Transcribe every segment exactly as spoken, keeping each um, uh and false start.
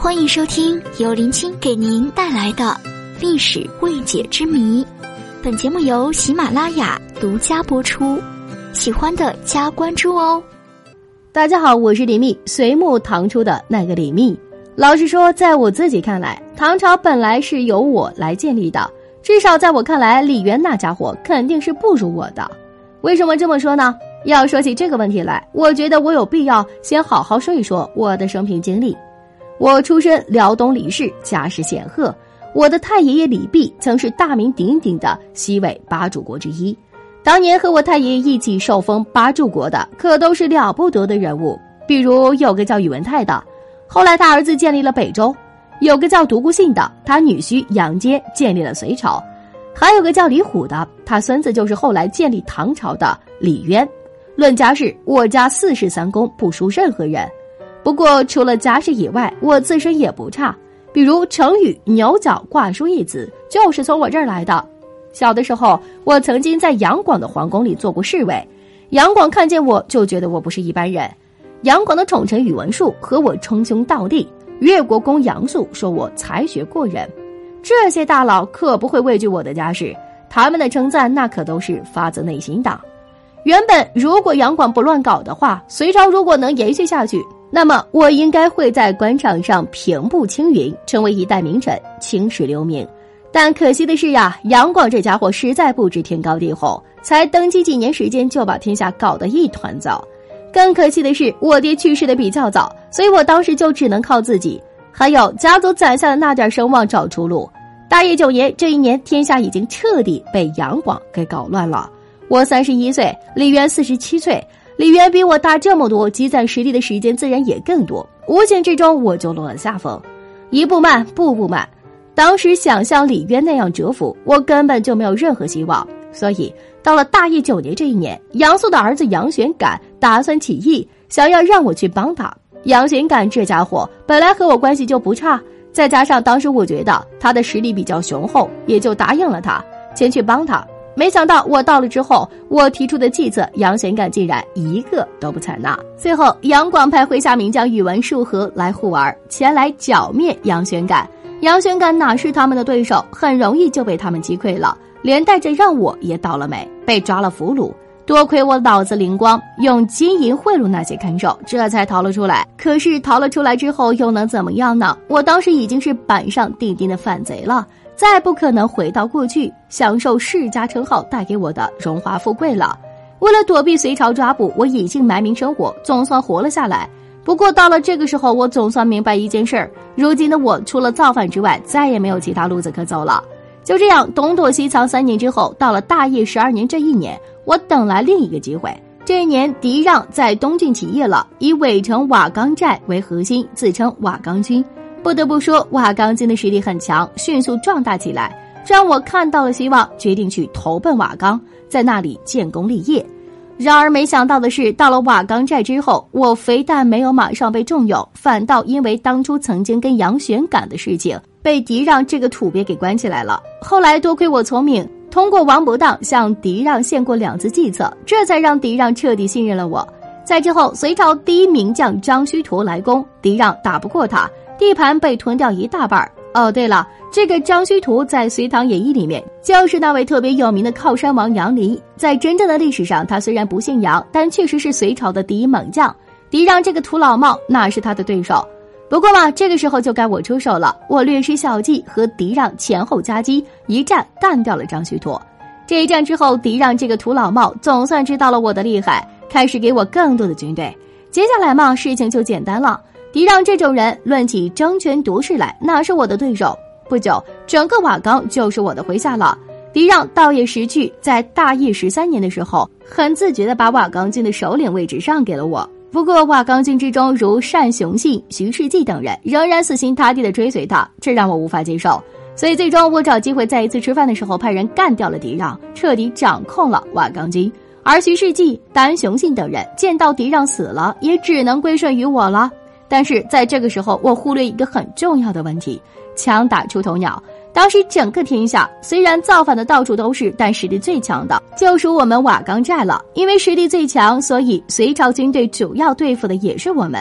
欢迎收听由林青给您带来的历史未解之谜。本节目由喜马拉雅独家播出，喜欢的加关注哦。 大家好，我是李密，隋末唐初的那个李密。老实说，在我自己看来，唐朝本来是由我来建立的，至少在我看来，李渊那家伙肯定是不如我的。为什么这么说呢？要说起这个问题来，我觉得我有必要先好好说一说我的生平经历。我出身辽东李氏，家世显赫，我的太爷爷李泌曾是大名鼎鼎的西魏八柱国之一。当年和我太爷爷一起受封八柱国的可都是了不得的人物，比如有个叫宇文泰的，后来他儿子建立了北周；有个叫独孤信的，他女婿杨坚建立了隋朝；还有个叫李虎的，他孙子就是后来建立唐朝的李渊。论家世，我家四世三公，不输任何人。不过除了家世以外，我自身也不差，比如成语牛角挂书一词就是从我这儿来的。小的时候，我曾经在杨广的皇宫里做过侍卫，杨广看见我就觉得我不是一般人。杨广的宠臣宇文述和我称兄道弟，越国公杨素说我才学过人。这些大佬可不会畏惧我的家世，他们的称赞那可都是发自内心的。原本如果杨广不乱搞的话，隋朝如果能延续下去，那么我应该会在官场上平步青云，成为一代名臣，青史留名。但可惜的是呀，杨广这家伙实在不知天高地厚，才登基几年时间就把天下搞得一团糟。更可惜的是，我爹去世的比较早，所以我当时就只能靠自己，还有家族攒下的那点声望找出路。大业九年这一年，天下已经彻底被杨广给搞乱了。我三十一岁，李渊四十七岁，李渊比我大这么多，积攒实力的时间自然也更多，无形之中我就落了下风。一步慢，步步慢。当时想像李渊那样蛰伏，我根本就没有任何希望。所以到了大业九年这一年，杨素的儿子杨玄感打算起义，想要让我去帮他。杨玄感这家伙本来和我关系就不差，再加上当时我觉得他的实力比较雄厚，也就答应了他，前去帮他。没想到我到了之后，我提出的计策，杨玄感竟然一个都不采纳。最后杨广派麾下名将宇文述和来护儿，前来剿灭杨玄感。杨玄感哪是他们的对手，很容易就被他们击溃了，连带着让我也倒了霉，被抓了俘虏。多亏我脑子灵光，用金银贿赂那些看守，这才逃了出来。可是逃了出来之后又能怎么样呢？我当时已经是板上钉钉的反贼了，再不可能回到过去享受世家称号带给我的荣华富贵了。为了躲避隋朝抓捕，我隐姓埋名生活，总算活了下来。不过到了这个时候，我总算明白一件事儿，如今的我除了造反之外，再也没有其他路子可走了。就这样东躲西藏三年之后，到了大业十二年这一年，我等来另一个机会。这一年狄让在东郡起义了，以韦城瓦岗寨为核心，自称瓦岗军。不得不说，瓦岗军的实力很强，迅速壮大起来，让我看到了希望，决定去投奔瓦岗，在那里建功立业。然而没想到的是，到了瓦岗寨之后，我非但没有马上被重用，反倒因为当初曾经跟杨玄感的事情，被狄让这个土鳖给关起来了。后来多亏我聪明，通过王伯当向狄让献过两次计策，这才让狄让彻底信任了我。在之后，隋朝第一名将张须陀来攻，狄让打不过他，地盘被吞掉一大半。哦，对了，这个张须陀在《隋唐演义》里面就是那位特别有名的靠山王杨离。在真正的历史上，他虽然不姓杨，但确实是隋朝的第一猛将。狄让这个土老帽哪是他的对手？不过嘛，这个时候就该我出手了。我略施小计，和狄让前后夹击，一战干掉了张须陀。这一战之后，狄让这个土老帽总算知道了我的厉害，开始给我更多的军队。接下来嘛，事情就简单了。狄让这种人，论起争权夺势来，哪是我的对手？不久，整个瓦岗就是我的麾下了。狄让倒也识趣，在大业十三年的时候，很自觉地把瓦岗军的首领位置让给了我。不过瓦岗军之中，如单雄信、徐世绩等人仍然死心塌地地追随他，这让我无法接受。所以最终我找机会在一次吃饭的时候派人干掉了狄让，彻底掌控了瓦岗军。而徐世绩、单雄信等人见到狄让死了，也只能归顺于我了。但是在这个时候，我忽略一个很重要的问题，枪打出头鸟。当时整个天下虽然造反的到处都是，但实力最强的就属我们瓦岗寨了。因为实力最强，所以隋朝军队主要对付的也是我们。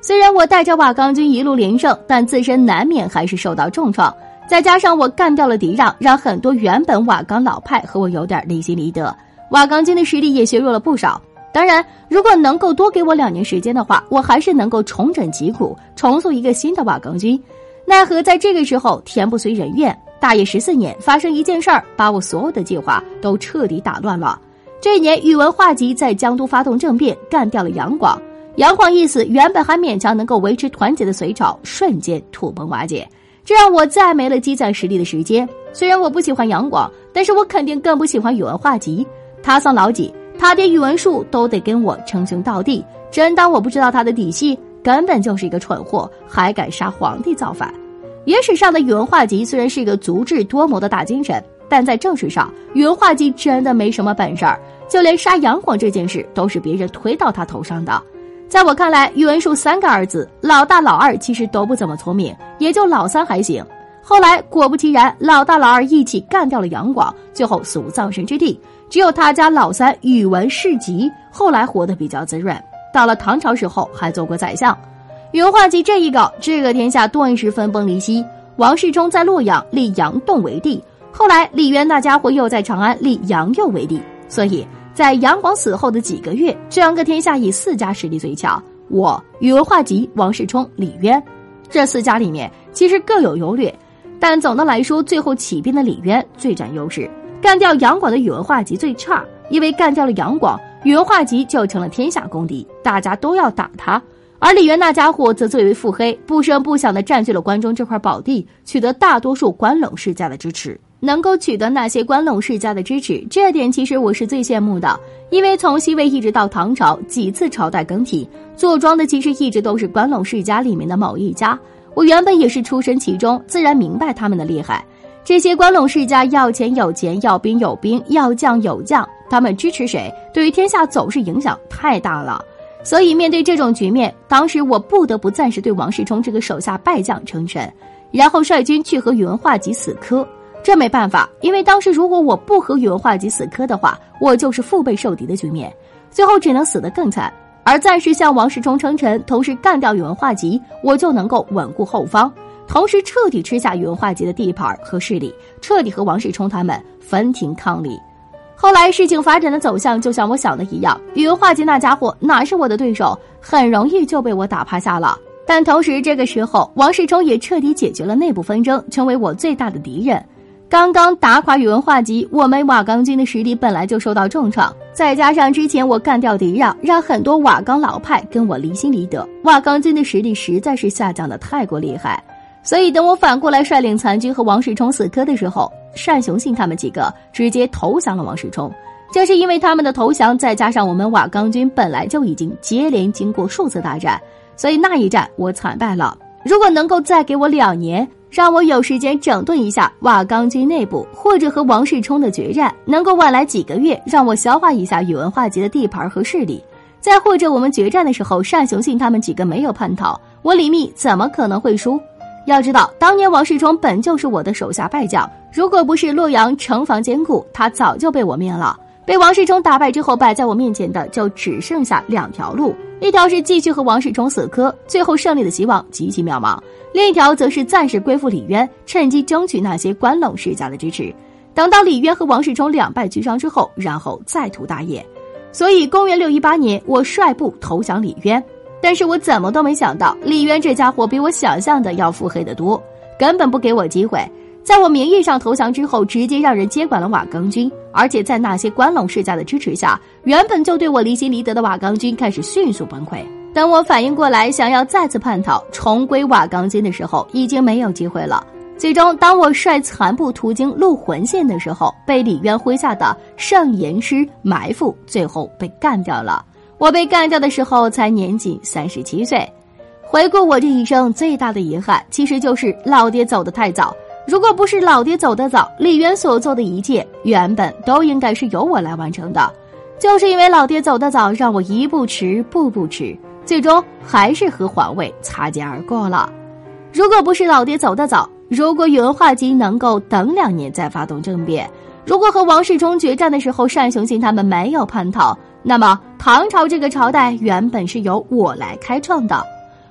虽然我带着瓦岗军一路连胜，但自身难免还是受到重创。再加上我干掉了敌让，让很多原本瓦岗老派和我有点离心离德，瓦岗军的实力也削弱了不少。当然，如果能够多给我两年时间的话，我还是能够重整旗鼓，重塑一个新的瓦岗军。奈何在这个时候天不随人愿，大业十四年发生一件事儿，把我所有的计划都彻底打乱了。这一年，宇文化及在江都发动政变，干掉了杨广。杨广一死，原本还勉强能够维持团结的隋朝瞬间土崩瓦解，这让我再没了积攒实力的时间。虽然我不喜欢杨广，但是我肯定更不喜欢宇文化及。他丧老几，他爹宇文述都得跟我称兄道弟，真当我不知道他的底细？根本就是一个蠢货，还敢杀皇帝造反。野史上的宇文化及虽然是一个足智多谋的大精神，但在政治上，宇文化及真的没什么本事儿，就连杀杨广这件事都是别人推到他头上的。在我看来，宇文述三个儿子，老大老二其实都不怎么聪明，也就老三还行。后来果不其然，老大老二一起干掉了杨广，最后死无葬身之地。只有他家老三宇文士及后来活得比较滋润，到了唐朝时候还做过宰相。宇文化及这一搞，这个天下顿时分崩离析。王世充在洛阳立杨栋为帝，后来李渊那家伙又在长安立杨佑为帝，所以在杨广死后的几个月，整个天下以四家实力最强，我、宇文化及、王世充、李渊，这四家里面其实各有优劣，但总的来说，最后起兵的李渊最占优势。干掉杨广的宇文化及最差，因为干掉了杨广，宇文化及就成了天下公敌，大家都要打他。而李渊那家伙则最为腹黑，不声不响地占据了关中这块宝地，取得大多数关陇世家的支持。能够取得那些关陇世家的支持，这点其实我是最羡慕的。因为从西魏一直到唐朝，几次朝代更替，坐庄的其实一直都是关陇世家里面的某一家。我原本也是出身其中，自然明白他们的厉害。这些关陇世家要钱有钱，要兵有兵，要将有将，他们支持谁，对于天下走势影响太大了。所以面对这种局面，当时我不得不暂时对王世充这个手下败将称臣，然后率军去和宇文化及死磕。这没办法，因为当时如果我不和宇文化及死磕的话，我就是腹背受敌的局面，最后只能死得更惨。而暂时向王世充称臣，同时干掉宇文化及，我就能够稳固后方，同时彻底吃下宇文化及的地盘和势力，彻底和王世充他们分庭抗礼。后来事情发展的走向就像我想的一样，宇文化及那家伙哪是我的对手，很容易就被我打趴下了。但同时这个时候，王世充也彻底解决了内部纷争，成为我最大的敌人。刚刚打垮宇文化及，我们瓦岗军的实力本来就受到重创，再加上之前我干掉敌让，让很多瓦岗老派跟我离心离德，瓦岗军的实力实在是下降的太过厉害。所以等我反过来率领残军和王世充死磕的时候，单雄信他们几个直接投降了王世充。正是因为他们的投降，再加上我们瓦岗军本来就已经接连经过数次大战，所以那一战我惨败了。如果能够再给我两年，让我有时间整顿一下瓦岗军内部，或者和王世充的决战，能够晚来几个月，让我消化一下宇文化及的地盘和势力，再或者我们决战的时候单雄信他们几个没有叛逃，我李密怎么可能会输？要知道当年王世充本就是我的手下败将，如果不是洛阳城防坚固，他早就被我灭了。被王世充打败之后，摆在我面前的就只剩下两条路，一条是继续和王世充死磕，最后胜利的希望极其渺茫，另一条则是暂时归附李渊，趁机争取那些关陇世家的支持，等到李渊和王世充两败俱伤之后，然后再图大业。所以公元六一八年，我率部投降李渊，但是我怎么都没想到，李渊这家伙比我想象的要腹黑得多，根本不给我机会。在我名义上投降之后，直接让人接管了瓦岗军，而且在那些关陇世家的支持下，原本就对我离心离德的瓦岗军开始迅速崩溃。等我反应过来，想要再次叛逃，重归瓦岗军的时候，已经没有机会了。最终，当我率残部途经鹿魂县的时候，被李渊麾下的圣严师埋伏，最后被干掉了。我被干掉的时候才年仅三十七岁。回顾我这一生，最大的遗憾其实就是老爹走得太早。如果不是老爹走得早，李渊所做的一切原本都应该是由我来完成的。就是因为老爹走得早，让我一步迟步步迟，最终还是和皇位擦肩而过了。如果不是老爹走得早，如果宇文化及能够等两年再发动政变，如果和王世充决战的时候单雄信他们没有叛逃，那么唐朝这个朝代原本是由我来开创的。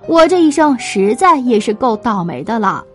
我这一生实在也是够倒霉的了。